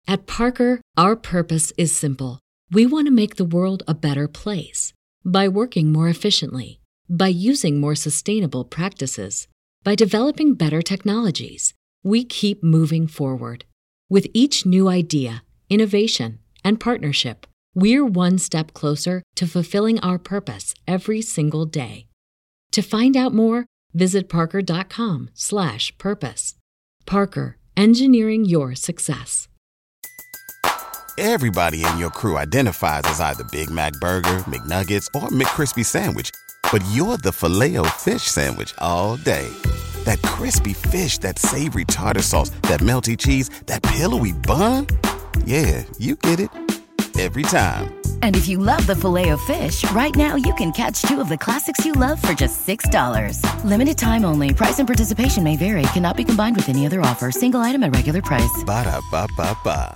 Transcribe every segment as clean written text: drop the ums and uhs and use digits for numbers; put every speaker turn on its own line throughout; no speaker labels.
At Parker, our purpose is simple. We want to make the world a better place by working more efficiently, by using more sustainable practices, by developing better technologies. We keep moving forward. With each new idea, innovation, and partnership, we're one step closer to fulfilling our purpose every single day. To find out more, visit parker.com/purpose. Parker, engineering your success.
Everybody in your crew identifies as either Big Mac Burger, McNuggets, or McCrispy Sandwich. But you're the Filet-O-Fish Sandwich all day. That crispy fish, that savory tartar sauce, that melty cheese, that pillowy bun. Yeah, you get it. Every time.
And if you love the Filet-O-Fish, right now you can catch two of the classics you love for just $6. Limited time only. Price and participation may vary. Cannot be combined with any other offer. Single item at regular price.
Ba-da-ba-ba-ba.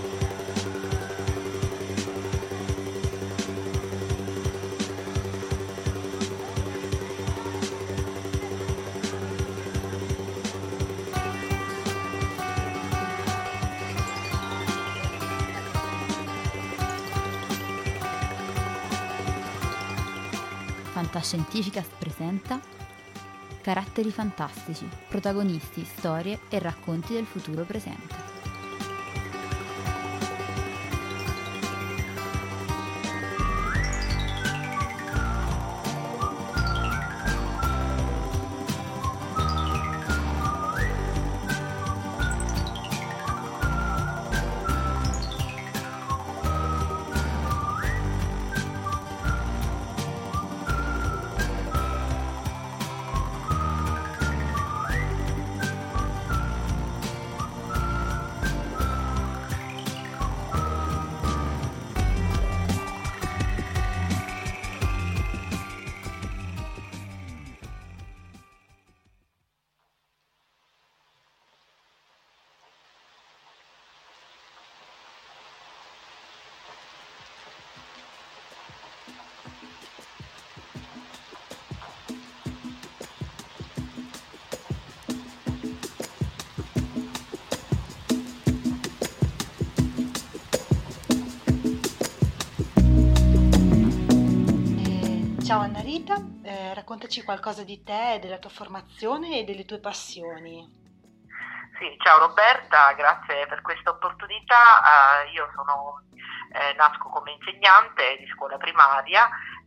Fantascientificast presenta Caratteri fantastici, protagonisti, storie e racconti del futuro presente.
Ciao Anna Rita, raccontaci qualcosa di te, della tua formazione e delle tue passioni.
Sì, ciao Roberta, grazie per questa opportunità. Io nasco come insegnante di scuola primaria,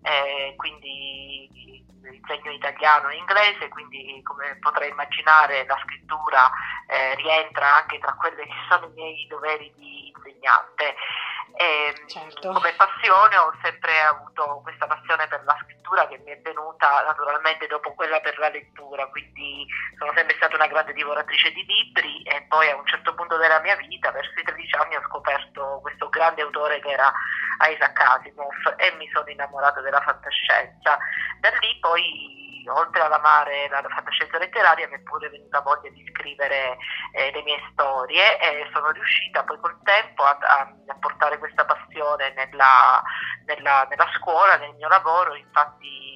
quindi insegno italiano e inglese, quindi come potrai immaginare la scrittura rientra anche tra quelli che sono i miei doveri di insegnante.
Certo.
Come passione ho sempre avuto questa passione per la scrittura che mi è venuta naturalmente dopo quella per la lettura, quindi sono sempre stata una grande divoratrice di libri e poi a un certo punto della mia vita, verso i 13 anni, ho scoperto questo grande autore che era Isaac Asimov e mi sono innamorata della fantascienza. Da lì poi, oltre ad amare la fantascienza letteraria, mi è pure venuta voglia di scrivere le mie storie e sono riuscita poi col tempo a portare questa passione nella scuola, nel mio lavoro. Infatti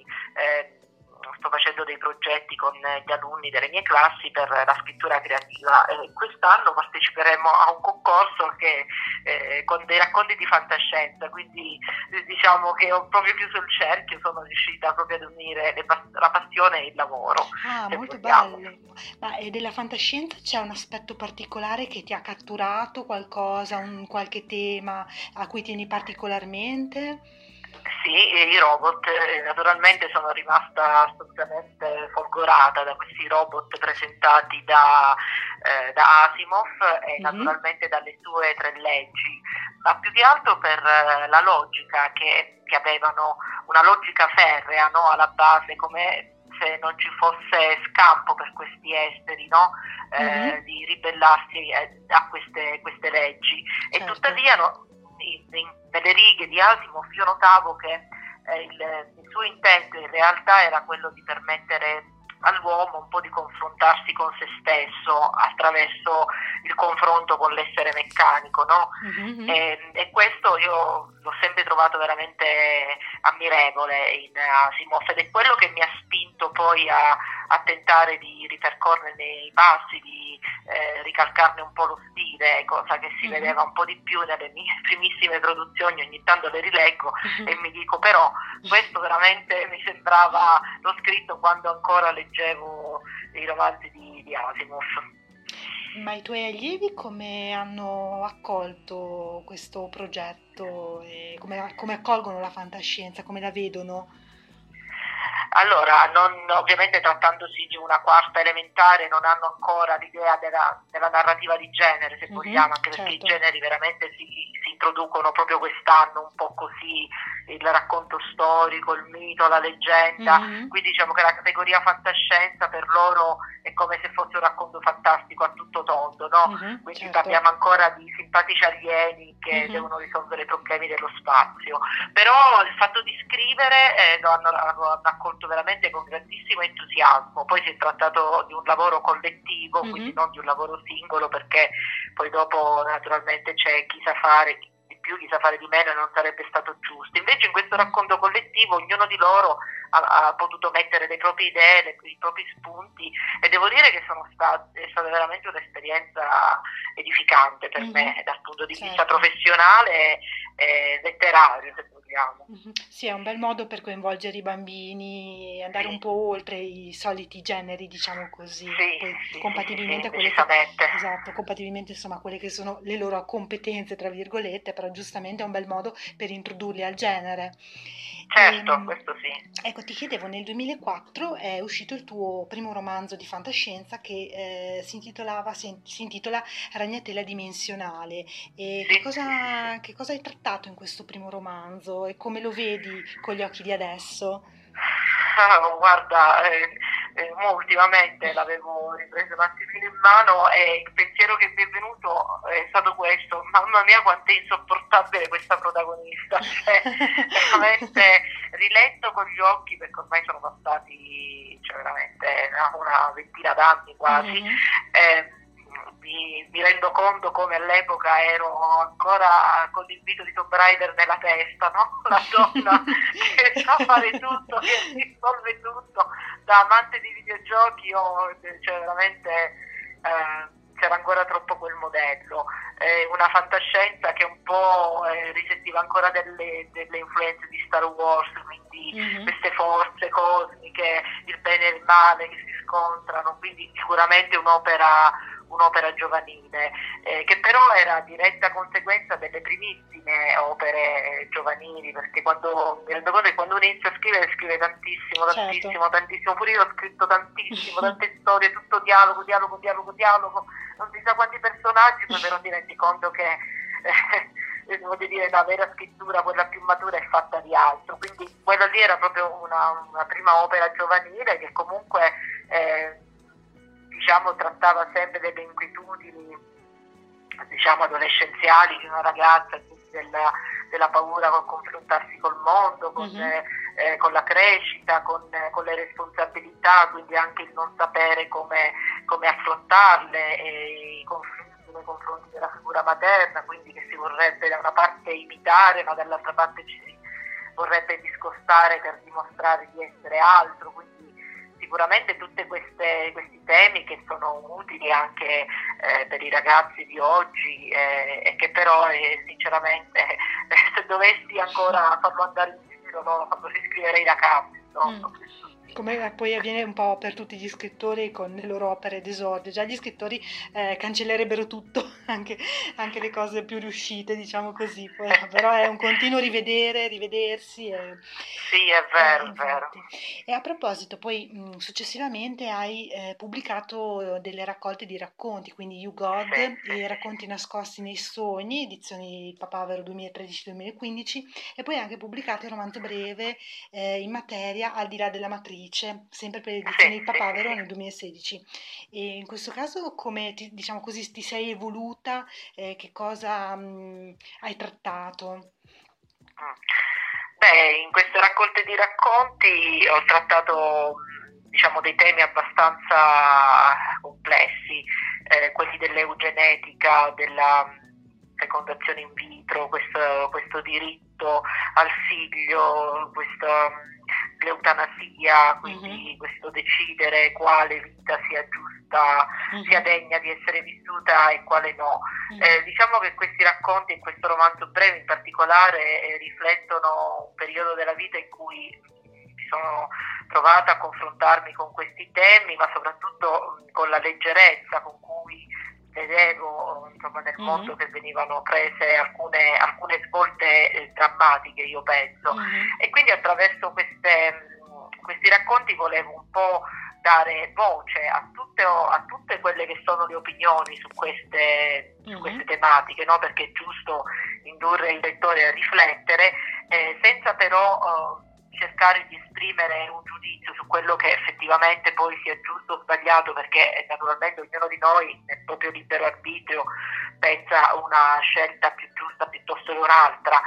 sto facendo dei progetti con gli alunni delle mie classi per la scrittura creativa e quest'anno parteciperemo a un concorso che con dei racconti di fantascienza, quindi diciamo che ho proprio chiuso il cerchio, sono riuscita proprio ad unire la passione e il lavoro.
Molto bello. Ma della fantascienza c'è un aspetto particolare che ti ha catturato, qualcosa, qualche tema a cui tieni particolarmente?
Sì, i robot, naturalmente sono rimasta assolutamente folgorata da questi robot presentati da Asimov e naturalmente dalle sue 3 leggi, ma più che altro per la logica che avevano, una logica ferrea, no, alla base, come se non ci fosse scampo per questi esseri, no? Di ribellarsi a queste leggi.
Certo.
E tuttavia nelle righe di Asimov io notavo che il suo intento in realtà era quello di permettere all'uomo un po' di confrontarsi con se stesso attraverso il confronto con l'essere meccanico, no? E questo io l'ho sempre trovato veramente ammirevole in Asimov ed è quello che mi ha spinto poi a a tentare di ripercorrerne i passi, di ricalcarne un po' lo stile, cosa che si vedeva un po' di più nelle mie primissime produzioni. Ogni tanto le rileggo e mi dico, però questo veramente mi sembrava lo scritto quando ancora leggevo i romanzi di Asimov.
Ma i tuoi allievi come hanno accolto questo progetto e come accolgono la fantascienza, come la vedono?
Allora, ovviamente trattandosi di una quarta elementare non hanno ancora l'idea della narrativa di genere, se vogliamo, anche perché i generi veramente si introducono proprio quest'anno, un po' così, il racconto storico, il mito, la leggenda, quindi diciamo che la categoria fantascienza per loro è come se fosse un racconto fantastico a tutto tondo, no? Quindi parliamo ancora di simpatici alieni che devono risolvere i problemi dello spazio, però il fatto di scrivere lo hanno accolto veramente con grandissimo entusiasmo. Poi si è trattato di un lavoro collettivo, quindi non di un lavoro singolo, perché poi dopo naturalmente c'è chi sa fare di più, chi sa fare di meno, e non sarebbe stato giusto. Invece in questo racconto collettivo ognuno di loro ha potuto mettere le proprie idee, i propri spunti, e devo dire che è stata veramente un'esperienza edificante per me dal punto di vista professionale e letterario, se vogliamo.
Sì, è un bel modo per coinvolgere i bambini, andare un po' oltre i soliti generi, diciamo così, compatibilmente a quelle compatibilmente insomma a quelle che sono le loro competenze, tra virgolette, però giustamente è un bel modo per introdurli al genere.
Certo, questo sì.
Ecco, ti chiedevo, nel 2004 è uscito il tuo primo romanzo di fantascienza che si intitola Ragnatela dimensionale. E che cosa hai trattato in questo primo romanzo e come lo vedi con gli occhi di adesso?
Guarda, ultimamente l'avevo ripreso un attimino in mano e il pensiero che mi è venuto è stato questo: mamma mia quanto è insopportabile questa protagonista, cioè, veramente riletto con gli occhi, perché ormai sono passati veramente una ventina d'anni quasi. Mi rendo conto come all'epoca ero ancora con l'invito di Tomb Raider nella testa, no? La donna che sa fare tutto, che risolve tutto, da amante di videogiochi veramente c'era ancora troppo quel modello, una fantascienza che un po' risentiva ancora delle influenze di Star Wars, quindi queste forze cosmiche, il bene e il male che si scontrano, quindi sicuramente un'opera giovanile, che però era diretta conseguenza delle primissime opere giovanili, perché mi rendo conto che quando uno inizia a scrive tantissimo, pure io ho scritto tantissimo, tante storie, tutto dialogo, non si sa quanti personaggi, poi però ti rendi conto che voglio dire, la vera scrittura, quella più matura, è fatta di altro, quindi quella lì era proprio una prima opera giovanile che comunque trattava sempre delle inquietudini adolescenziali di una ragazza, della paura col confrontarsi col mondo, con la crescita, con le responsabilità, quindi anche il non sapere come affrontarle, e i conflitti nei confronti della figura materna, quindi che si vorrebbe da una parte imitare, ma dall'altra parte ci si vorrebbe discostare per dimostrare di essere altro, quindi sicuramente tutti questi temi che sono utili anche per i ragazzi di oggi, e che però sinceramente se dovessi ancora farlo andare in giro, lo riscriverei da capo.
Come poi avviene un po' per tutti gli scrittori con le loro opere d'esordio. Già gli scrittori cancellerebbero tutto, anche le cose più riuscite, diciamo così, però è un continuo rivedersi.
Sì, è vero, è vero.
E a proposito, poi successivamente hai pubblicato delle raccolte di racconti, quindi You God, i racconti nascosti nei sogni, edizioni Papavero 2013-2015, e poi hai anche pubblicato il romanzo breve in materia Al di là della matrice, sempre per l'edizione di Papavero nel 2016. E in questo caso come ti sei evoluta, che cosa hai trattato?
In queste raccolte di racconti ho trattato dei temi abbastanza complessi, quelli dell'eugenetica, della fecondazione in vitro, questo diritto al figlio, questo l'eutanasia, quindi questo decidere quale vita sia giusta, sia degna di essere vissuta e quale no. Diciamo che questi racconti, in questo romanzo breve in particolare, riflettono un periodo della vita in cui mi sono trovata a confrontarmi con questi temi, ma soprattutto con la leggerezza con cui vedevo, insomma, nel mondo che venivano prese alcune svolte drammatiche, io penso. E quindi attraverso questi racconti volevo un po' dare voce a tutte quelle che sono le opinioni su queste tematiche, no? Perché è giusto indurre il lettore a riflettere, senza però cercare di esprimere un giudizio su quello che effettivamente poi sia giusto o sbagliato, perché naturalmente ognuno di noi nel proprio libero arbitrio pensa a una scelta più giusta piuttosto che un'altra.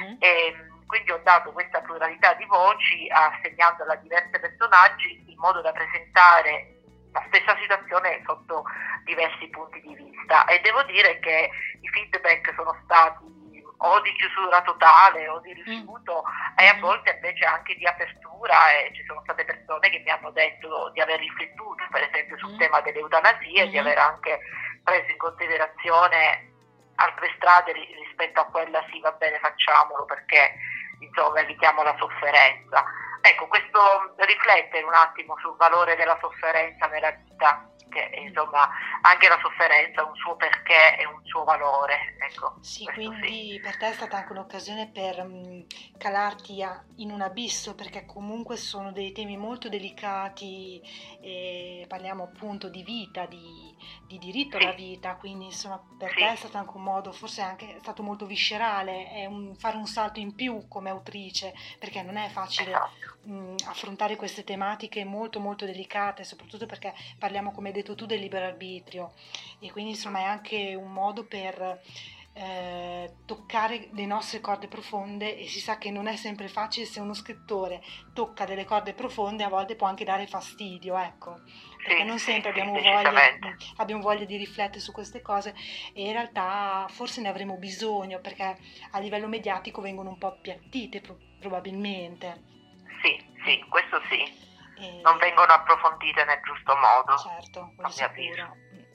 E quindi ho dato questa pluralità di voci assegnandola a diversi personaggi in modo da presentare la stessa situazione sotto diversi punti di vista, e devo dire che i feedback sono stati o di chiusura totale o di rifiuto e a volte invece anche di apertura, e ci sono state persone che mi hanno detto di aver riflettuto per esempio sul tema dell'eutanasia e di aver anche preso in considerazione altre strade rispetto a quella sì, va bene, facciamolo perché insomma evitiamo la sofferenza. Ecco, questo riflettere un attimo sul valore della sofferenza nella vita, che insomma anche la sofferenza ha un suo perché e un suo valore. Ecco,
sì, quindi per te è stata anche un'occasione per calarti in un abisso, perché comunque sono dei temi molto delicati e parliamo appunto di vita, di diritto alla vita, quindi insomma per te è stato anche un modo, forse anche è stato molto viscerale, fare un salto in più come autrice, perché non è facile affrontare queste tematiche molto molto delicate, soprattutto perché parliamo, come hai detto tu, del libero arbitrio, e quindi insomma è anche un modo per toccare le nostre corde profonde, e si sa che non è sempre facile. Se uno scrittore tocca delle corde profonde a volte può anche dare fastidio, ecco, perché non sempre abbiamo voglia di riflettere su queste cose, e in realtà forse ne avremo bisogno, perché a livello mediatico vengono un po' appiattite probabilmente.
Sì, questo sì. Non vengono approfondite nel giusto modo.
Certo, quello sicuro.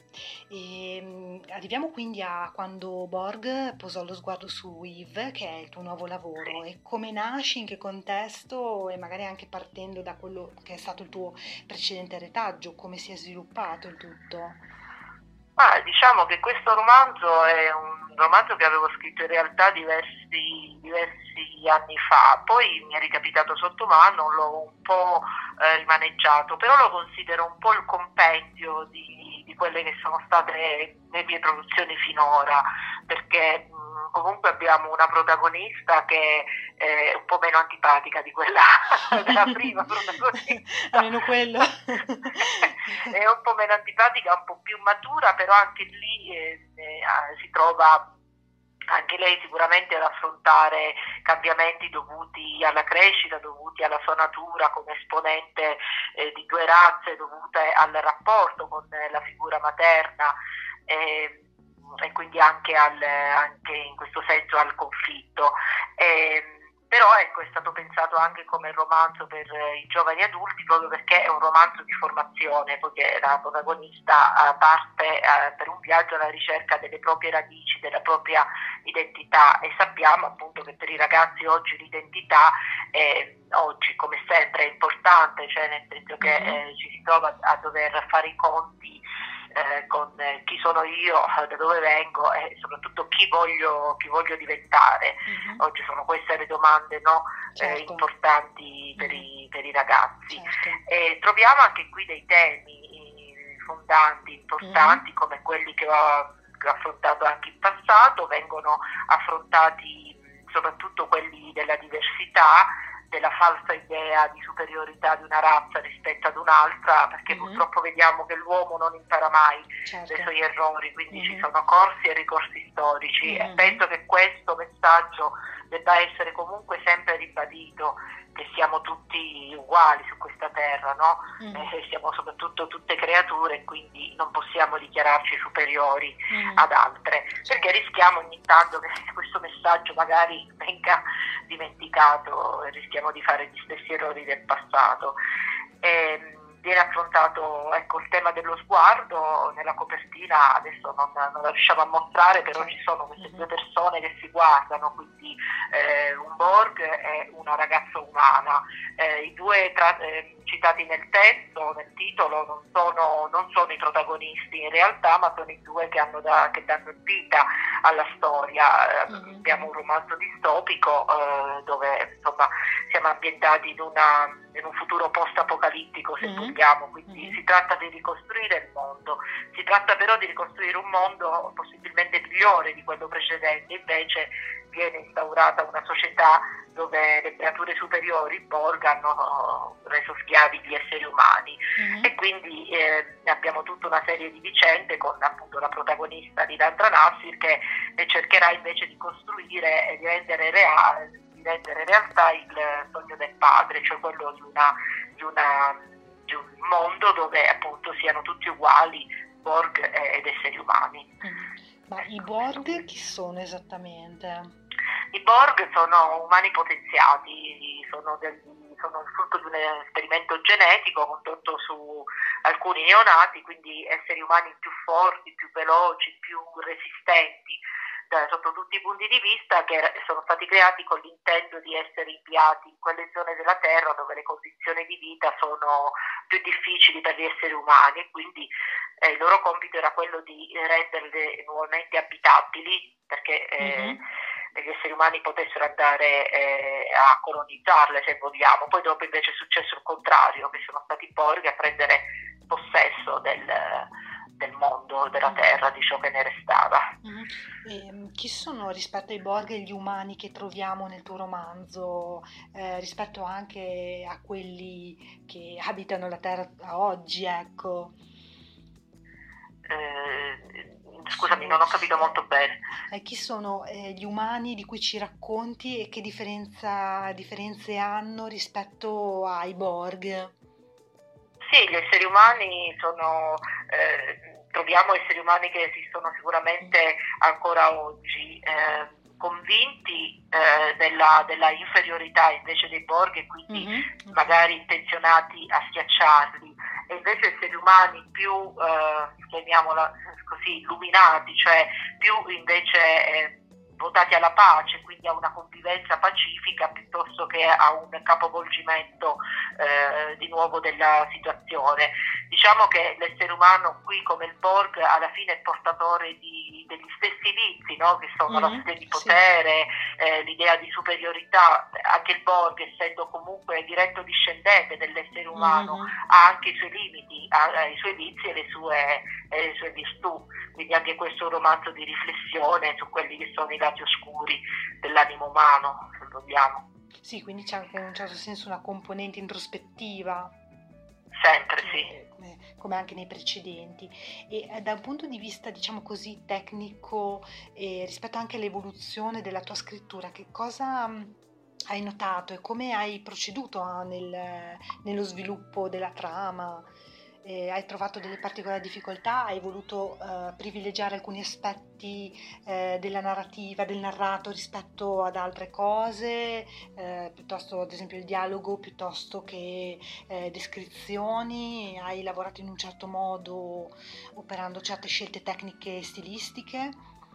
Arriviamo quindi a quando Borg posò lo sguardo su Yves, che è il tuo nuovo lavoro, e come nasce, in che contesto, e magari anche partendo da quello che è stato il tuo precedente retaggio, come si è sviluppato il tutto?
Diciamo che questo romanzo è un romanzo che avevo scritto in realtà diversi anni fa, poi mi è ricapitato sotto mano, l'ho un po' rimaneggiato, però lo considero un po' il compendio di quelle che sono state le mie produzioni finora, perché comunque abbiamo una protagonista che è un po' meno antipatica di quella della prima protagonista.
Almeno quello.
È un po' meno antipatica, un po' più matura, però anche lì si trova anche lei sicuramente ad affrontare cambiamenti dovuti alla crescita, dovuti alla sua natura come esponente di due razze, dovute al rapporto con la figura materna e quindi anche in questo senso al conflitto. Però ecco, è stato pensato anche come romanzo per i giovani adulti, proprio perché è un romanzo di formazione, poiché la protagonista parte per un viaggio alla ricerca delle proprie radici, della propria identità, e sappiamo appunto che per i ragazzi oggi l'identità oggi come sempre è importante, cioè nel senso che ci si trova a dover fare i conti con chi sono io, da dove vengo e soprattutto chi voglio diventare. Oggi sono queste le domande, no?
Certo.
Importanti per i ragazzi.
Certo.
E troviamo anche qui dei temi fondanti, importanti, come quelli che ho affrontato anche in passato. Vengono affrontati soprattutto quelli della diversità, della falsa idea di superiorità di una razza rispetto ad un'altra, perché purtroppo vediamo che l'uomo non impara mai dai suoi errori, quindi ci sono corsi e ricorsi storici, e penso che questo messaggio debba essere comunque sempre ribadito, che siamo tutti uguali su questa terra, no? Siamo soprattutto tutte creature, quindi non possiamo dichiararci superiori ad altre, perché rischiamo ogni tanto che questo messaggio magari venga dimenticato e rischiamo di fare gli stessi errori del passato. Viene affrontato, ecco, il tema dello sguardo nella copertina. Adesso non la riusciamo a mostrare, però ci sono queste due persone che si guardano, quindi un Borg e una ragazza umana. I due citati nel testo, nel titolo, non sono i protagonisti in realtà, ma sono i due che danno vita alla storia. Abbiamo un romanzo distopico dove insomma siamo ambientati in un futuro post-apocalittico, se vogliamo, quindi si tratta di ricostruire il mondo, si tratta però di ricostruire un mondo possibilmente migliore di quello precedente. Invece viene instaurata una società dove le creature superiori, Borg, hanno reso schiavi gli esseri umani, e quindi abbiamo tutta una serie di vicende con appunto la protagonista di Dandra Nassir che cercherà invece di costruire e di rendere realtà il sogno del padre, cioè quello di un mondo dove appunto siano tutti uguali, Borg ed esseri umani.
Ma i Borg chi sono esattamente?
I Borg sono umani potenziati, sono il frutto di un esperimento genetico condotto su alcuni neonati, quindi esseri umani più forti, più veloci, più resistenti sotto tutti i punti di vista, che sono stati creati con l'intento di essere inviati in quelle zone della Terra dove le condizioni di vita sono più difficili per gli esseri umani, e quindi il loro compito era quello di renderle nuovamente abitabili, perché gli esseri umani potessero andare a colonizzarle, se vogliamo. Poi dopo invece è successo il contrario, che sono stati i Borg a prendere possesso del mondo, della terra, di ciò che ne restava.
Chi sono rispetto ai Borg gli umani che troviamo nel tuo romanzo, rispetto anche a quelli che abitano la terra oggi, ecco?
Scusami, non ho capito molto bene.
Chi sono gli umani di cui ci racconti e che differenze hanno rispetto ai Borg?
Sì, gli esseri umani troviamo esseri umani che esistono sicuramente ancora oggi, convinti della inferiorità invece dei Borg, e quindi magari intenzionati a schiacciarli, e invece esseri umani più, chiamiamola così, illuminati, cioè più invece votati alla pace, quindi a una convivenza pacifica piuttosto che a un capovolgimento di nuovo della situazione. Diciamo che l'essere umano qui, come il Borg, alla fine è portatore degli stessi vizi, no? Che sono la sede di potere, l'idea di superiorità. Anche il Borg, essendo comunque diretto discendente dell'essere umano, ha anche i suoi limiti, ha i suoi vizi e le sue virtù. Quindi anche questo è un romanzo di riflessione su quelli che sono i lati oscuri dell'animo umano, se vogliamo.
Sì, quindi c'è anche in un certo senso una componente introspettiva.
Sempre, sì.
Come anche nei precedenti. E da un punto di vista, diciamo così, tecnico, rispetto anche all'evoluzione della tua scrittura, che cosa hai notato e come hai proceduto nello sviluppo della trama? Hai trovato delle particolari difficoltà? Hai voluto privilegiare alcuni aspetti della narrativa, del narrato rispetto ad altre cose, piuttosto ad esempio il dialogo, piuttosto che descrizioni? Hai lavorato in un certo modo, operando certe scelte tecniche e stilistiche?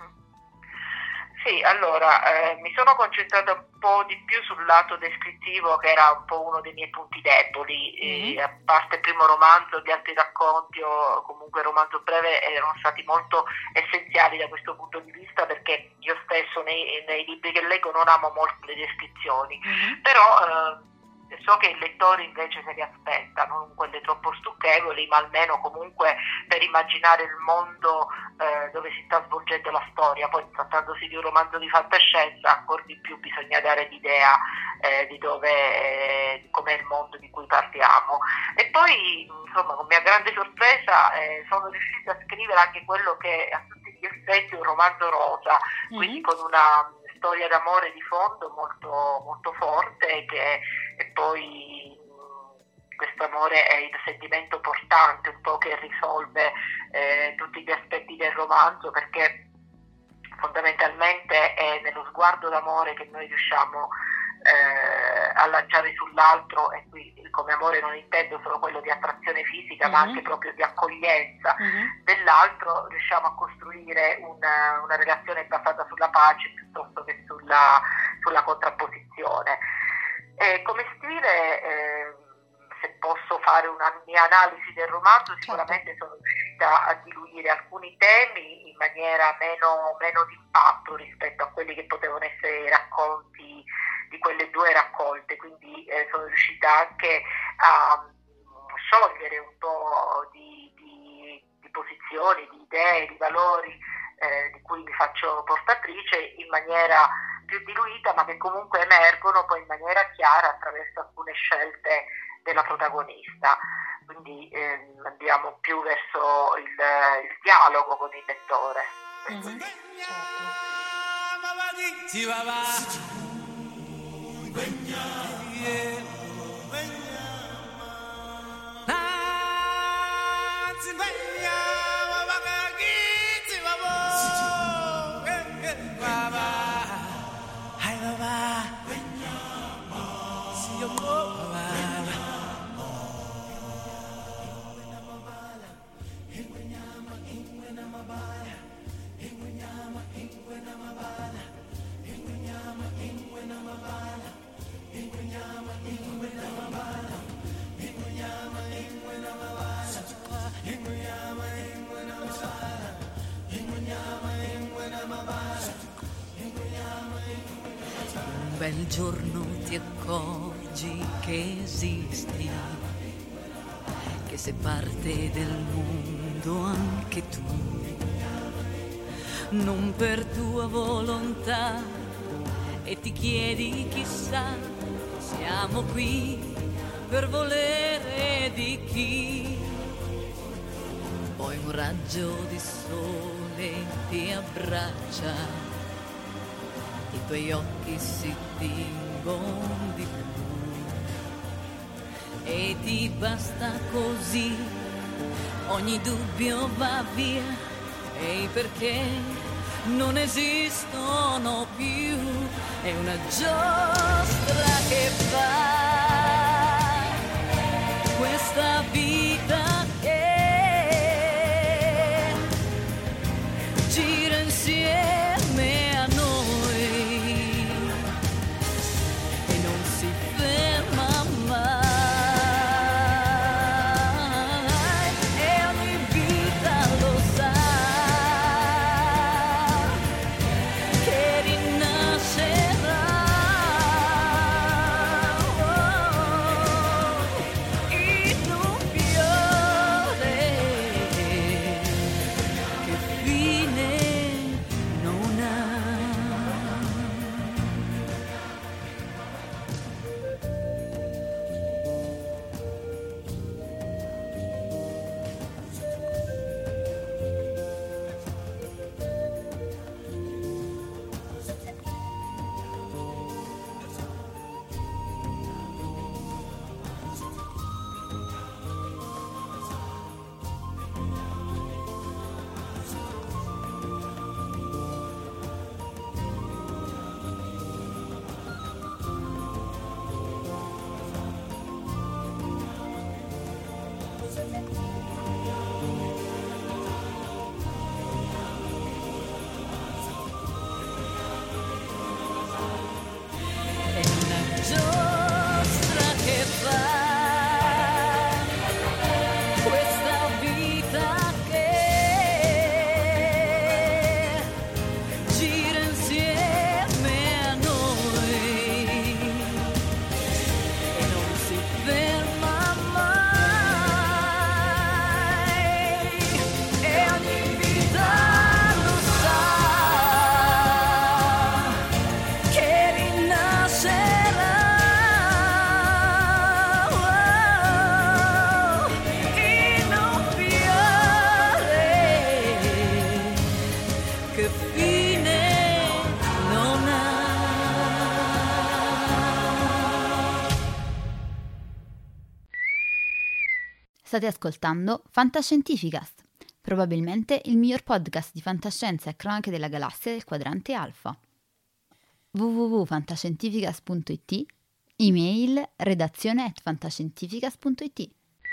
Sì, allora mi sono concentrata un po' di più sul lato descrittivo, che era un po' uno dei miei punti deboli. A parte il primo romanzo, gli altri racconti o comunque il romanzo breve erano stati molto essenziali da questo punto di vista, perché io stesso nei libri che leggo non amo molto le descrizioni, però so che il lettore invece se li aspetta, non quelle troppo stucchevoli, ma almeno comunque per immaginare il mondo dove si sta svolgendo la storia. Poi, trattandosi di un romanzo di fantascienza, ancora di più bisogna dare l'idea di com'è il mondo di cui parliamo. E poi, insomma, con mia grande sorpresa sono riuscita a scrivere anche quello che a tutti gli effetti è un romanzo rosa, quindi con una storia d'amore di fondo molto, molto forte, che e poi questo amore è il sentimento portante, un po' che risolve tutti gli aspetti del romanzo, perché fondamentalmente è nello sguardo d'amore che noi riusciamo a lanciare sull'altro, e qui come amore non intendo solo quello di attrazione fisica, ma anche proprio di accoglienza dell'altro, riusciamo a costruire una relazione basata sulla pace piuttosto che sulla contrapposizione. Come stile, se posso fare una mia analisi del romanzo, sicuramente sono riuscita a diluire alcuni temi in maniera meno d'impatto rispetto a quelli che potevano essere i racconti di quelle due raccolte, quindi sono riuscita anche a sciogliere un po' di posizioni, di idee, di valori di cui mi faccio portatrice in maniera più diluita, ma che comunque emergono poi in maniera chiara attraverso alcune scelte della protagonista. Quindi andiamo più verso il dialogo con il lettore.
Un bel giorno ti accorgi che esisti, che sei parte del mondo anche tu, non per tua volontà, e ti chiedi chissà, siamo qui per volere di chi. Poi un raggio di sole ti abbraccia, i tuoi occhi si tingono di blu e ti basta così, ogni dubbio va via e i perché non esistono più, è una giostra che fa questa vita che gira insieme a noi e non si ferma mai, e ogni vita lo sa che rinascerà. Oh,
State ascoltando Fantascientificast, probabilmente il miglior podcast di fantascienza e cronache della galassia del quadrante alfa. www.fantascientificast.it, email redazione@fantascientificast.it.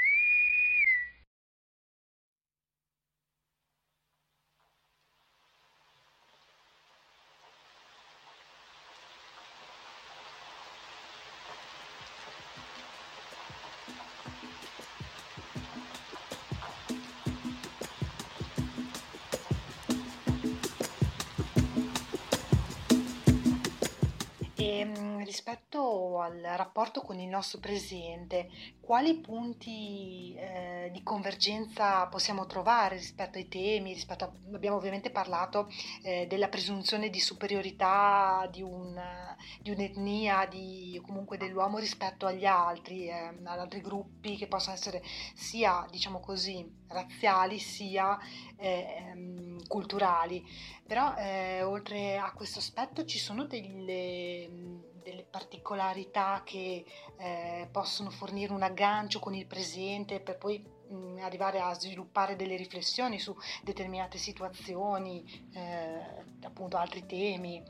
Rispetto al rapporto con il nostro presente, quali punti di convergenza possiamo trovare rispetto ai temi? Abbiamo ovviamente parlato della presunzione di superiorità di un'etnia, comunque dell'uomo rispetto agli altri, ad altri gruppi che possono essere sia, diciamo così, razziali sia culturali. Però oltre a questo aspetto ci sono delle particolarità che possono fornire un aggancio con il presente per poi arrivare a sviluppare delle riflessioni su determinate situazioni, appunto altri temi.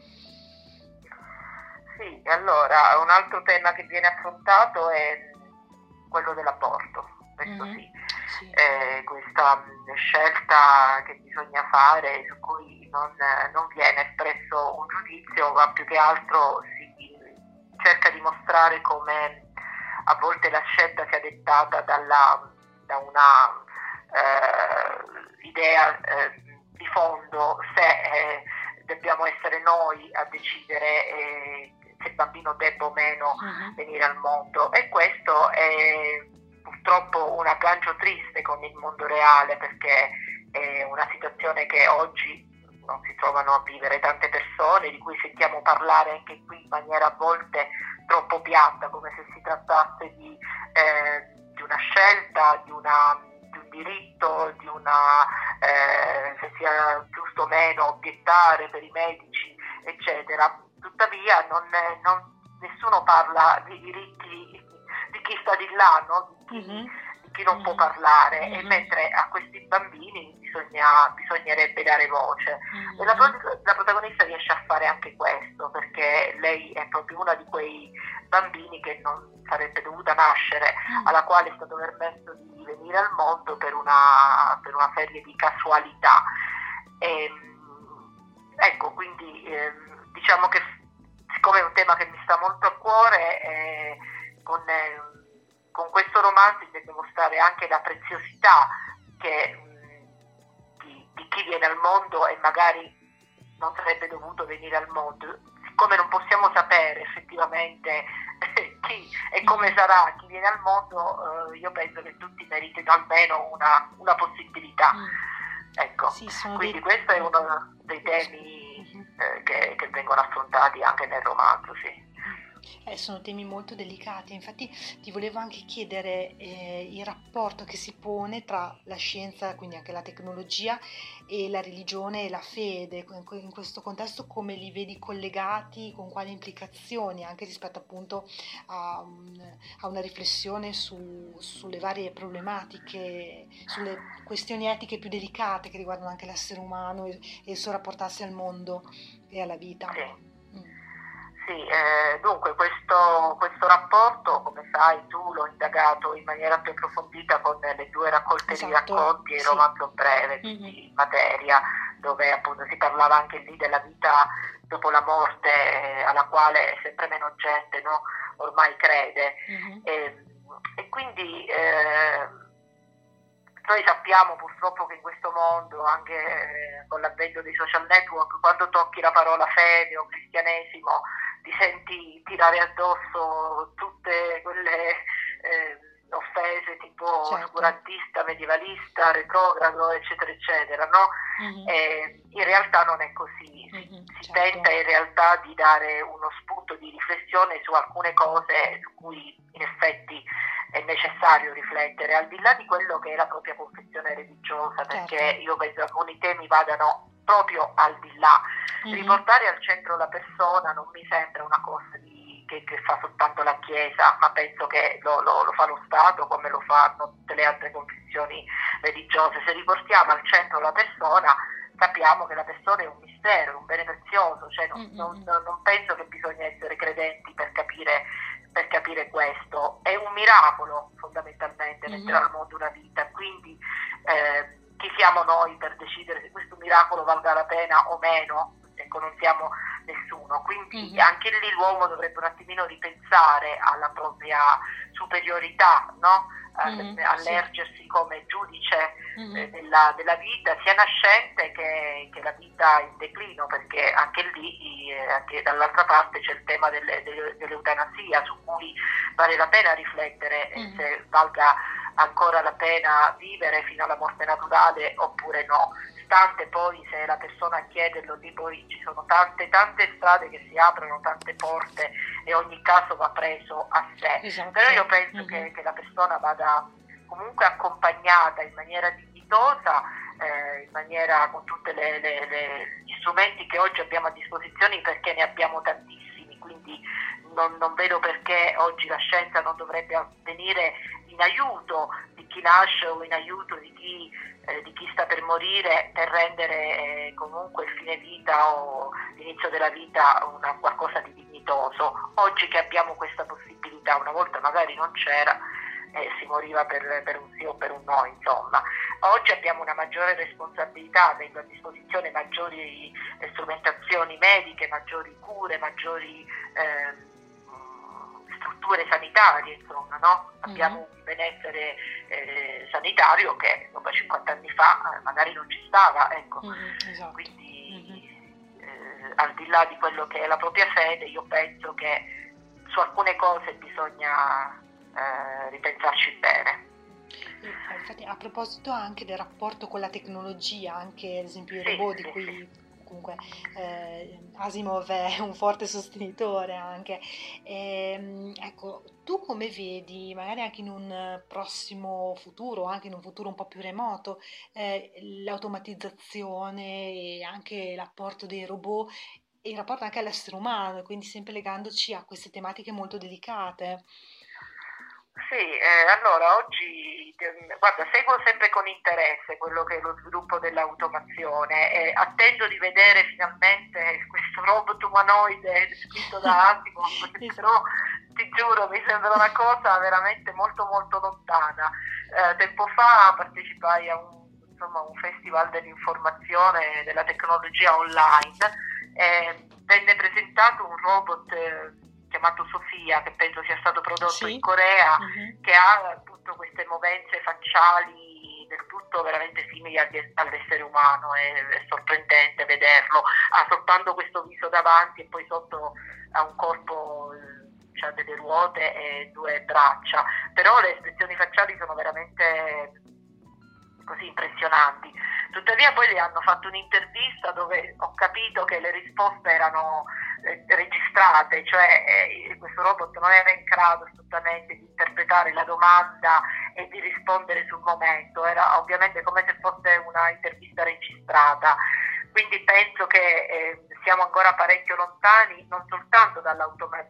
Sì, allora un altro tema che viene affrontato è quello dell'aborto, questo sì. Questa scelta che bisogna fare, su cui non viene espresso un giudizio, ma più che altro si cerca di mostrare come a volte la scelta sia dettata da una idea di fondo, se dobbiamo essere noi a decidere se il bambino debba o meno venire al mondo, e questo è purtroppo un aggancio triste con il mondo reale, perché è una situazione che oggi non si trovano a vivere tante persone, di cui sentiamo parlare anche qui in maniera a volte troppo piatta, come se si trattasse di una scelta, di un diritto, se sia giusto o meno obiettare per i medici, eccetera. Tuttavia nessuno parla dei diritti di chi sta di là, no? Di chi non può parlare, e mentre a questi bambini bisognerebbe dare voce. E la protagonista riesce a fare anche questo, perché lei è proprio una di quei bambini che non sarebbe dovuta nascere, alla quale è stato permesso di venire al mondo per una serie di casualità. Ecco, quindi diciamo che siccome è un tema che mi sta molto a cuore, con questo romanzo intendo mostrare anche la preziosità di chi viene al mondo e magari non sarebbe dovuto venire al mondo. Siccome non possiamo sapere effettivamente chi e come sarà chi viene al mondo, io penso che tutti meritino almeno una possibilità. Ecco, sì, quindi questo è uno dei temi che vengono affrontati anche nel romanzo, sì.
Sono temi molto delicati, infatti ti volevo anche chiedere il rapporto che si pone tra la scienza, quindi anche la tecnologia, e la religione e la fede. In questo contesto come li vedi collegati, con quali implicazioni, anche rispetto appunto a una riflessione sulle varie problematiche, sulle questioni etiche più delicate che riguardano anche l'essere umano e il suo rapportarsi al mondo e alla vita.
Sì, dunque questo rapporto, come sai tu, l'ho indagato in maniera più approfondita con le 2 raccolte di racconti e il romanzo breve di Materia, dove appunto si parlava anche lì della vita dopo la morte, alla quale sempre meno gente, no, ormai crede. E quindi noi sappiamo purtroppo che in questo mondo, anche con l'avvento dei social network, quando tocchi la parola fede o cristianesimo ti senti tirare addosso tutte quelle offese tipo oscurantista, medievalista, retrogrado, eccetera, eccetera, no? In realtà non è così. Si tenta in realtà di dare uno spunto di riflessione su alcune cose su cui in effetti è necessario riflettere, al di là di quello che è la propria confessione religiosa, perché io penso che alcuni temi vadano proprio al di là. Riportare al centro la persona non mi sembra una cosa di che fa soltanto la Chiesa, ma penso che lo fa lo Stato come lo fanno tutte le altre confessioni religiose. Se riportiamo al centro la persona, sappiamo che la persona è un mistero, un bene prezioso, cioè non penso che bisogna essere credenti per capire questo. È un miracolo fondamentalmente mettere al mondo una vita, quindi chi siamo noi per decidere se questo miracolo valga la pena o meno? Ecco, non siamo nessuno, quindi anche lì l'uomo dovrebbe un attimino ripensare alla propria superiorità, no? Allergersi come giudice della vita, sia nascente che la vita in declino, perché anche lì, anche dall'altra parte, c'è il tema dell'eutanasia, su cui vale la pena riflettere se valga ancora la pena vivere fino alla morte naturale oppure no. Stante poi, se la persona a chiederlo, lì poi ci sono tante strade che si aprono, tante porte, e ogni caso va preso a sé.
Esatto.
Però io penso che la persona vada comunque accompagnata in maniera dignitosa, in maniera con tutti gli strumenti che oggi abbiamo a disposizione, perché ne abbiamo tantissimi, quindi non vedo perché oggi la scienza non dovrebbe venire in aiuto di chi nasce o in aiuto di chi sta per morire, per rendere comunque il fine vita o l'inizio della vita qualcosa di dignitoso. Oggi che abbiamo questa possibilità, una volta magari non c'era, si moriva per un sì o per un no, insomma. Oggi abbiamo una maggiore responsabilità, avendo a disposizione maggiori strumentazioni mediche, maggiori cure, maggiori strutture sanitarie, insomma, no? Abbiamo un benessere sanitario che dopo 50 anni fa magari non ci stava, ecco.
Esatto.
Quindi al di là di quello che è la propria fede, io penso che su alcune cose bisogna ripensarci bene.
Infatti, a proposito anche del rapporto con la tecnologia, anche ad esempio i robot di cui comunque Asimov è un forte sostenitore anche. Ecco, tu come vedi, magari anche in un prossimo futuro, anche in un futuro un po' più remoto, l'automatizzazione e anche l'apporto dei robot e il rapporto anche all'essere umano, quindi sempre legandoci a queste tematiche molto delicate?
Sì, allora oggi, guarda, seguo sempre con interesse quello che è lo sviluppo dell'automazione e attendo di vedere finalmente questo robot umanoide scritto da Asimov, però ti giuro mi sembra una cosa veramente molto molto lontana. Tempo fa partecipai a un festival dell'informazione, della tecnologia online, e venne presentato un robot chiamato Sofia, che penso sia stato prodotto in Corea, che ha appunto queste movenze facciali del tutto veramente simili all'essere umano. È sorprendente vederlo, ha soltanto questo viso davanti e poi sotto ha un corpo, cioè delle ruote e 2 braccia, però le espressioni facciali sono veramente così impressionanti. Tuttavia poi gli hanno fatto un'intervista dove ho capito che le risposte erano registrate, cioè questo robot non era in grado assolutamente di interpretare la domanda e di rispondere sul momento, era ovviamente come se fosse una intervista registrata. Quindi penso che siamo ancora parecchio lontani, non soltanto dal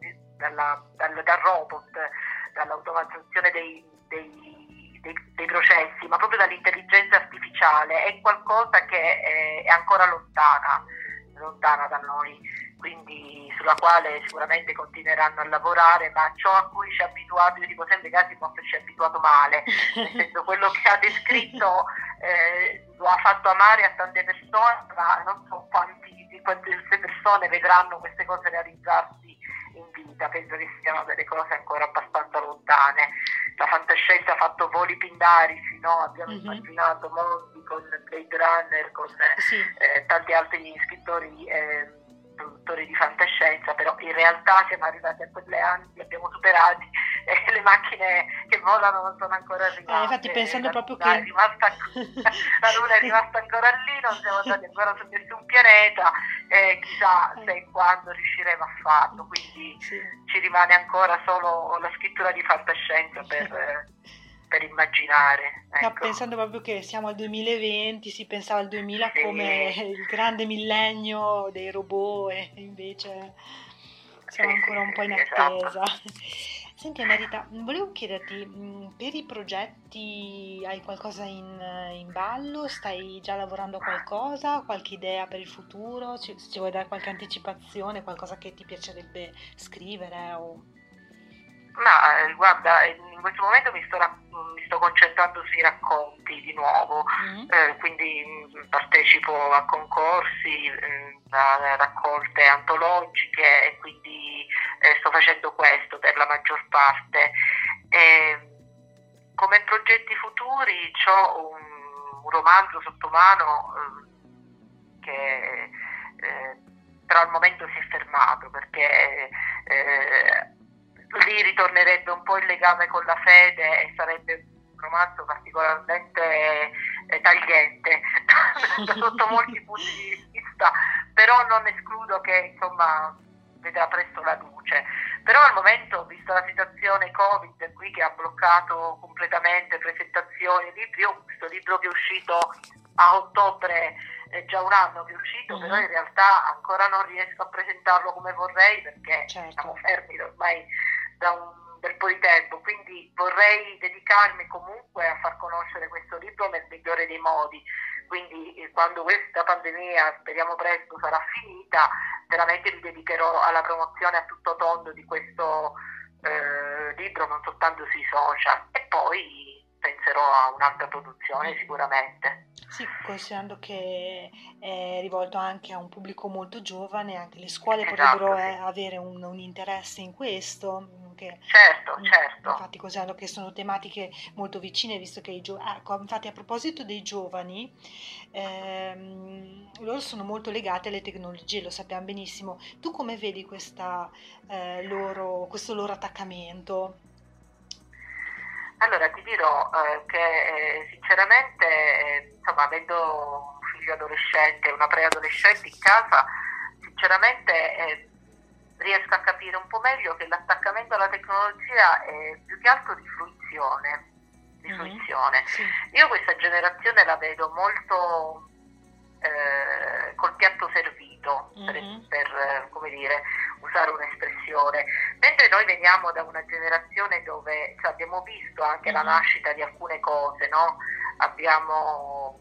robot, dall'automatizzazione dei processi, ma proprio dall'intelligenza artificiale. È qualcosa che è ancora lontana da noi, quindi sulla quale sicuramente continueranno a lavorare, ma ciò a cui ci ha abituato, io dico sempre che Asimov ci ha abituato male, nel senso quello che ha descritto lo ha fatto amare a tante persone, ma non so quante queste persone vedranno queste cose realizzarsi in vita. Penso che siano delle cose ancora abbastanza lontane. La fantascienza ha fatto voli pindarici, no? Abbiamo immaginato mondi con Blade Runner, con tanti altri scrittori produttori di fantascienza, però in realtà siamo arrivati a quelle anni, li abbiamo superati e le macchine che volano non sono ancora arrivate.
Infatti pensando proprio che
la Luna è rimasta ancora lì, non siamo andati ancora su nessun pianeta e chissà se e quando riusciremo a farlo, quindi ci rimane ancora solo la scrittura di fantascienza per immaginare. Ecco.
No, pensando proprio che siamo al 2020, si pensava al 2000 come il grande millennio dei robot e invece... Siamo ancora un po' in attesa.
Esatto.
Senti Emerita, volevo chiederti, per i progetti hai qualcosa in ballo? Stai già lavorando a qualcosa? Qualche idea per il futuro? Ci vuoi dare qualche anticipazione, qualcosa che ti piacerebbe scrivere?
Ma guarda, in questo momento mi sto concentrando sui racconti di nuovo, quindi partecipo a concorsi, a raccolte antologiche e quindi sto facendo questo per la maggior parte. Come progetti futuri ho un romanzo sotto mano che però al momento si è fermato perché lì ritornerebbe un po' il legame con la fede e sarebbe un romanzo particolarmente tagliente sotto molti punti di vista, però non escludo che insomma vedrà presto la luce. Però al momento, vista la situazione Covid qui che ha bloccato completamente presentazioni, libri, questo libro che è uscito a ottobre è già un anno che è uscito, però in realtà ancora non riesco a presentarlo come vorrei perché siamo fermi ormai da un bel po' di tempo, quindi vorrei dedicarmi comunque a far conoscere questo libro nel migliore dei modi. Quindi quando questa pandemia, speriamo presto, sarà finita, veramente mi dedicherò alla promozione a tutto tondo di questo libro, non soltanto sui social, e poi penserò a un'altra produzione sicuramente.
Sì, considerando che è rivolto anche a un pubblico molto giovane, anche le scuole potrebbero avere un interesse in questo.
Certo.
Infatti, considerando che sono tematiche molto vicine, visto che infatti a proposito dei giovani, loro sono molto legati alle tecnologie, lo sappiamo benissimo. Tu come vedi questo loro attaccamento?
Allora ti dirò che sinceramente, insomma, avendo un figlio adolescente e una preadolescente in casa, sinceramente riesco a capire un po' meglio che l'attaccamento alla tecnologia è più che altro di fruizione. Sì. Io questa generazione la vedo molto col piatto servito, per come dire, usare un'espressione, mentre noi veniamo da una generazione dove abbiamo visto anche la nascita di alcune cose, no? Abbiamo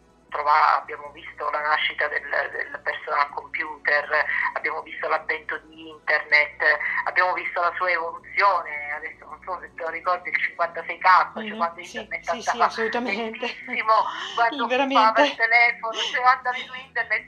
visto la nascita del personal computer, abbiamo visto l'avvento di internet, abbiamo visto la sua evoluzione. Adesso non so se te lo ricordi il 56K, cioè quando internet andava benissimo, quando occupava il telefono, cioè andavi su internet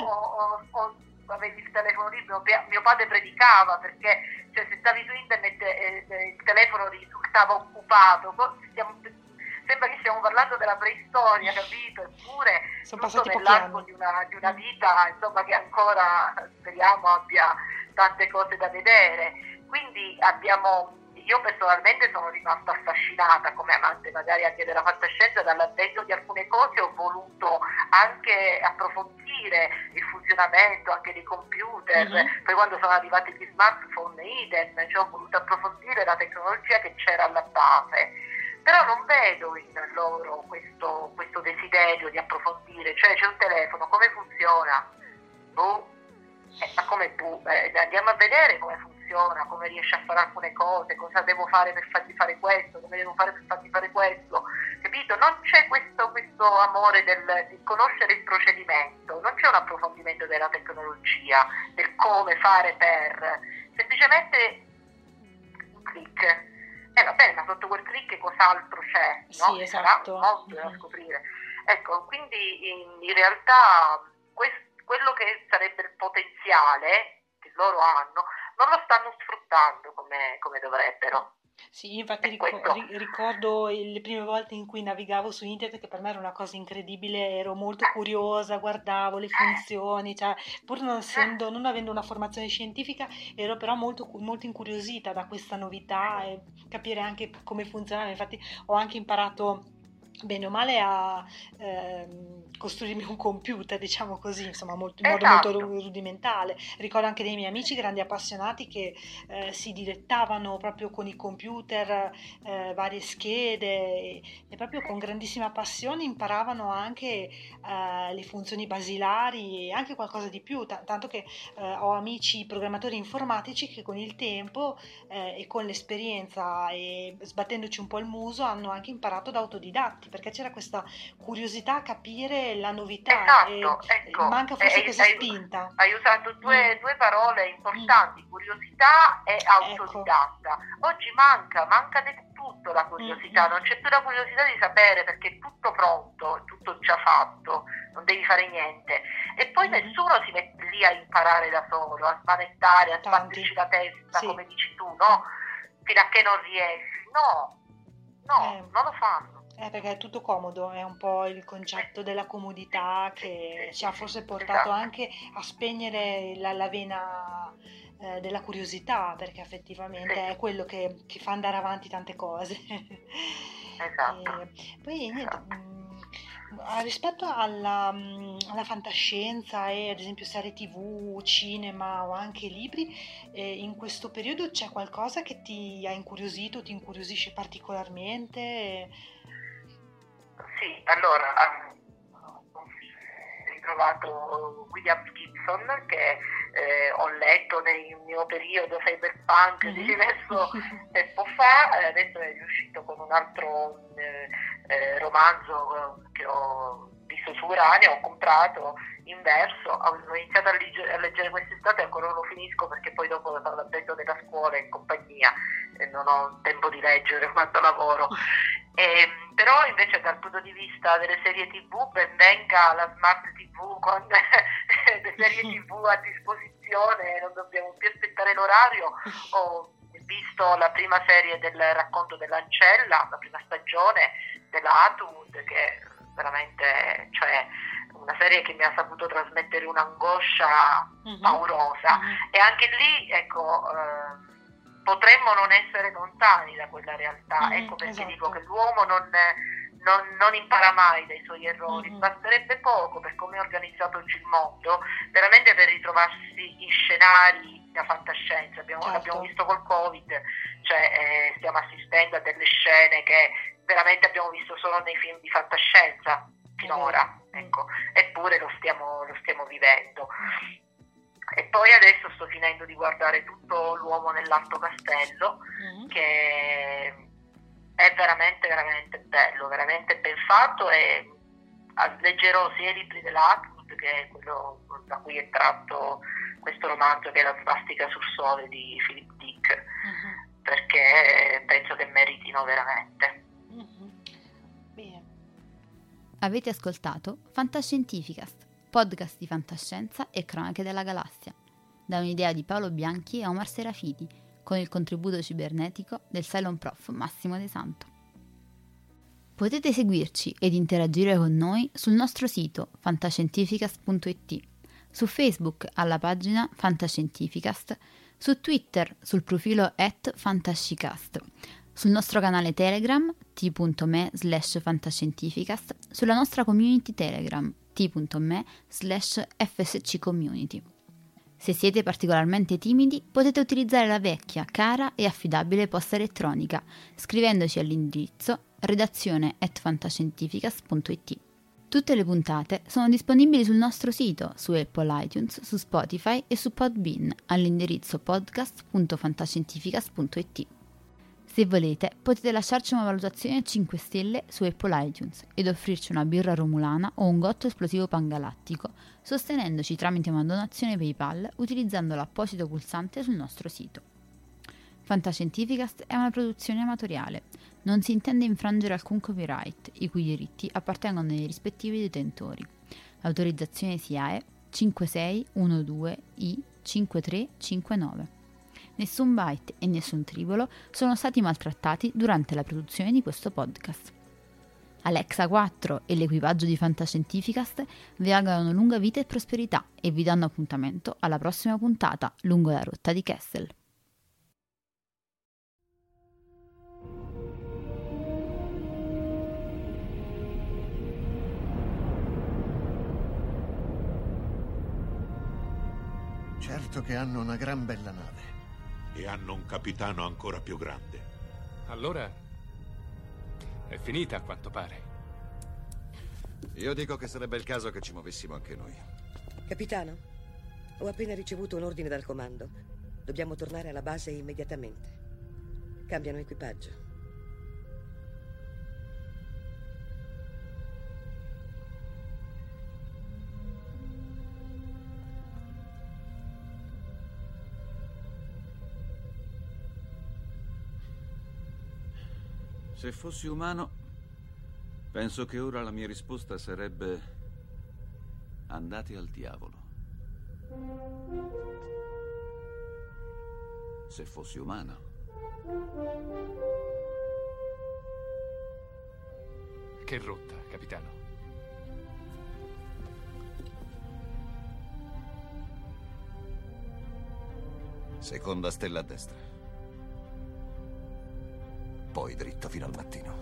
o avevi il telefono libero. Mio padre predicava perché se stavi su internet il telefono risultava occupato. Sembra che stiamo parlando della preistoria, capito? Eppure tutto nell'arco di una vita, insomma, che ancora speriamo abbia tante cose da vedere. Quindi io personalmente sono rimasta affascinata come amante magari anche della fantascienza dall'avvento di alcune cose. Ho voluto anche approfondire il funzionamento anche dei computer, poi quando sono arrivati gli smartphone idem, cioè ho voluto approfondire la tecnologia che c'era alla base. Però non vedo in loro questo desiderio di approfondire, cioè c'è un telefono, come funziona? Ma come andiamo a vedere come funziona, come riesce a fare alcune cose, cosa devo fare per fargli fare questo, come devo fare per fargli fare questo, capito? Non c'è questo amore di conoscere il procedimento, non c'è un approfondimento della tecnologia, del come fare per, semplicemente un click. Va bene, ma sotto quel click cos'altro c'è? No?
Sì, esatto.
Sarà un mondo da scoprire. Ecco, quindi in realtà quello che sarebbe il potenziale che loro hanno non lo stanno sfruttando come dovrebbero.
Sì, infatti ricordo le prime volte in cui navigavo su internet, che per me era una cosa incredibile, ero molto curiosa, guardavo le funzioni, cioè, pur non avendo una formazione scientifica, ero però molto, molto incuriosita da questa novità e capire anche come funzionava. Infatti ho anche imparato bene o male a costruirmi un computer, diciamo così, insomma, in modo molto
Esatto.
rudimentale. Ricordo anche dei miei amici grandi appassionati che si dilettavano proprio con i computer, varie schede e proprio con grandissima passione imparavano anche le funzioni basilari e anche qualcosa di più, tanto che ho amici programmatori informatici che con il tempo e con l'esperienza e sbattendoci un po' il muso hanno anche imparato da autodidatti, perché c'era questa curiosità a capire la novità e
Esatto, ecco,
manca forse questa spinta.
hai usato due parole
Mm.
importanti, curiosità e
Ecco.
autodidatta. Oggi manca del tutto la curiosità,
Mm.
non c'è più la curiosità di sapere perché è tutto pronto, è tutto già fatto, non devi fare niente. E poi
Mm.
nessuno si mette lì a imparare da solo, a smanettare, a
Tanti.
sbatterci la testa,
Sì.
come dici tu, no? Fino a che non riesci. No, non lo fanno.
Perché è tutto comodo, è un po' il concetto della comodità che ci ha forse portato
Esatto.
anche a spegnere la vena della curiosità, perché effettivamente
Sì.
è quello che fa andare avanti tante cose.
Esatto.
E poi niente,
Esatto.
rispetto alla fantascienza e ad esempio serie TV, cinema o anche libri, in questo periodo c'è qualcosa che ti ha incuriosito, ti incuriosisce particolarmente?
Sì, allora ho ritrovato William Gibson che ho letto nel mio periodo cyberpunk di diverso tempo fa, adesso è riuscito con un altro romanzo che ho visto su Urania, ho comprato inverso, ho iniziato a leggere quest'estate e ancora non lo finisco perché poi dopo vado l'addetto della scuola in compagnia e non ho tempo di leggere quando lavoro. Però invece dal punto di vista delle serie TV ben venga la smart TV con le serie TV a disposizione, non dobbiamo più aspettare l'orario. Ho visto la prima serie del racconto dell'Ancella, la prima stagione della Atwood, che veramente, cioè, una serie che mi ha saputo trasmettere un'angoscia paurosa. E anche lì, ecco, potremmo non essere lontani da quella realtà. Ecco perché
esatto.
dico che l'uomo non impara mai dai suoi errori. Basterebbe poco, per come è organizzato oggi il mondo, veramente per ritrovarsi in scenari da fantascienza. L'abbiamo visto col Covid, cioè stiamo assistendo a delle scene che veramente abbiamo visto solo nei film di fantascienza finora, ecco, eppure lo stiamo vivendo. E poi adesso sto finendo di guardare tutto L'uomo nell'Alto Castello, che è veramente veramente bello, veramente ben fatto, e leggerò sia i libri dell'Atwood, che è quello da cui è tratto questo romanzo che è La svastica sul sole di Philip Dick, perché penso che meritino veramente.
Bene.
Avete ascoltato Fantascientificast, podcast di fantascienza e cronache della galassia, da un'idea di Paolo Bianchi e Omar Serafiti, con il contributo cibernetico del Cylon Prof Massimo De Santo. Potete seguirci ed interagire con noi sul nostro sito fantascientificast.it, su Facebook alla pagina Fantascientificast, su Twitter sul profilo @fantascicast, sul nostro canale Telegram t.me/fantascientificast, sulla nostra community Telegram t.me/fsccommunity. Se siete particolarmente timidi, potete utilizzare la vecchia, cara e affidabile posta elettronica, scrivendoci all'indirizzo redazione@fantascientificast.it. Tutte le puntate sono disponibili sul nostro sito, su Apple iTunes, su Spotify e su Podbean, all'indirizzo podcast.fantascientificast.it. Se volete, potete lasciarci una valutazione a 5 stelle su Apple iTunes ed offrirci una birra romulana o un gotto esplosivo pangalattico, sostenendoci tramite una donazione PayPal utilizzando l'apposito pulsante sul nostro sito. Fantascientificast è una produzione amatoriale. Non si intende infrangere alcun copyright, i cui diritti appartengono ai rispettivi detentori. L'autorizzazione SIAE 5612I5359. Nessun byte e nessun tribolo sono stati maltrattati durante la produzione di questo podcast. Alexa 4 e l'equipaggio di Fantascientificast vi augurano lunga vita e prosperità e vi danno appuntamento alla prossima puntata lungo la rotta di Kessel.
Certo che hanno una gran bella nave.
E hanno un capitano ancora più grande.
Allora è finita, a quanto pare.
Io dico che sarebbe il caso che ci muovessimo anche noi.
Capitano, ho appena ricevuto un ordine dal comando. Dobbiamo tornare alla base immediatamente. Cambiano equipaggio.
Se fossi umano, penso che ora la mia risposta sarebbe: andate al diavolo. Se fossi umano.
Che rotta, capitano?
Seconda stella a destra. Poi dritto fino al mattino.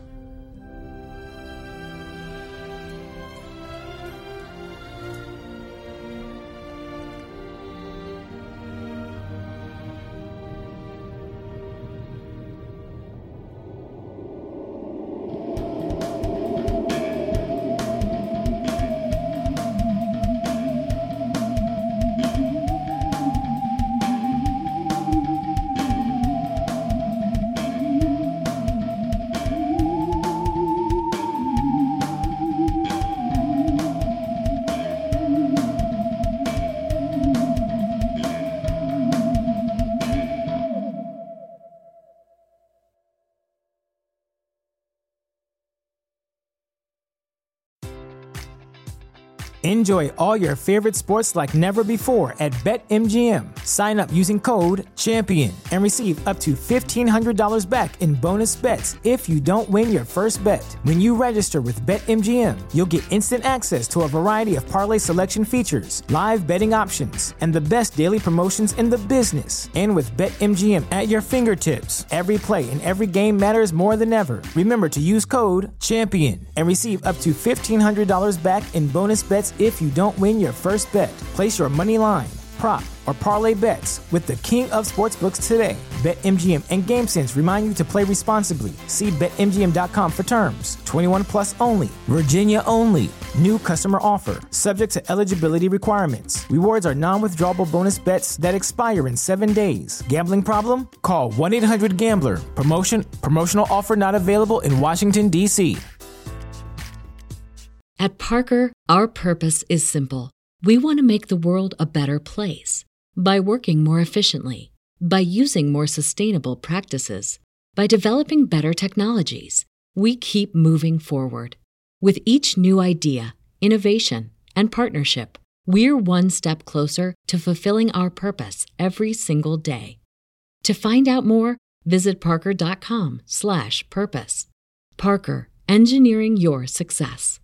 Enjoy all your favorite sports like never before at BetMGM. Sign up using code CHAMPION and receive up to $1,500 back in bonus bets if you don't win your first bet. When you register with BetMGM, you'll get instant access to a variety of parlay selection features, live betting options, and the best daily promotions in the business. And with BetMGM at your fingertips, every play and every game matters more than ever. Remember to use code CHAMPION and receive up to $1,500 back in bonus bets if you don't win your first bet. Place your money line, prop, or parlay bets with the king of sportsbooks today. BetMGM and GameSense remind you to play responsibly. See BetMGM.com for terms. 21 plus only. Virginia only. New customer offer. Subject to eligibility requirements. Rewards are non-withdrawable bonus bets that expire in 7 days. Gambling problem? Call 1-800-GAMBLER. Promotional offer not available in Washington, D.C.
At Parker, our purpose is simple. We want to make the world a better place by working more efficiently, by using more sustainable practices, by developing better technologies. We keep moving forward. With each new idea, innovation, and partnership, we're one step closer to fulfilling our purpose every single day. To find out more, visit parker.com/purpose. Parker, engineering your success.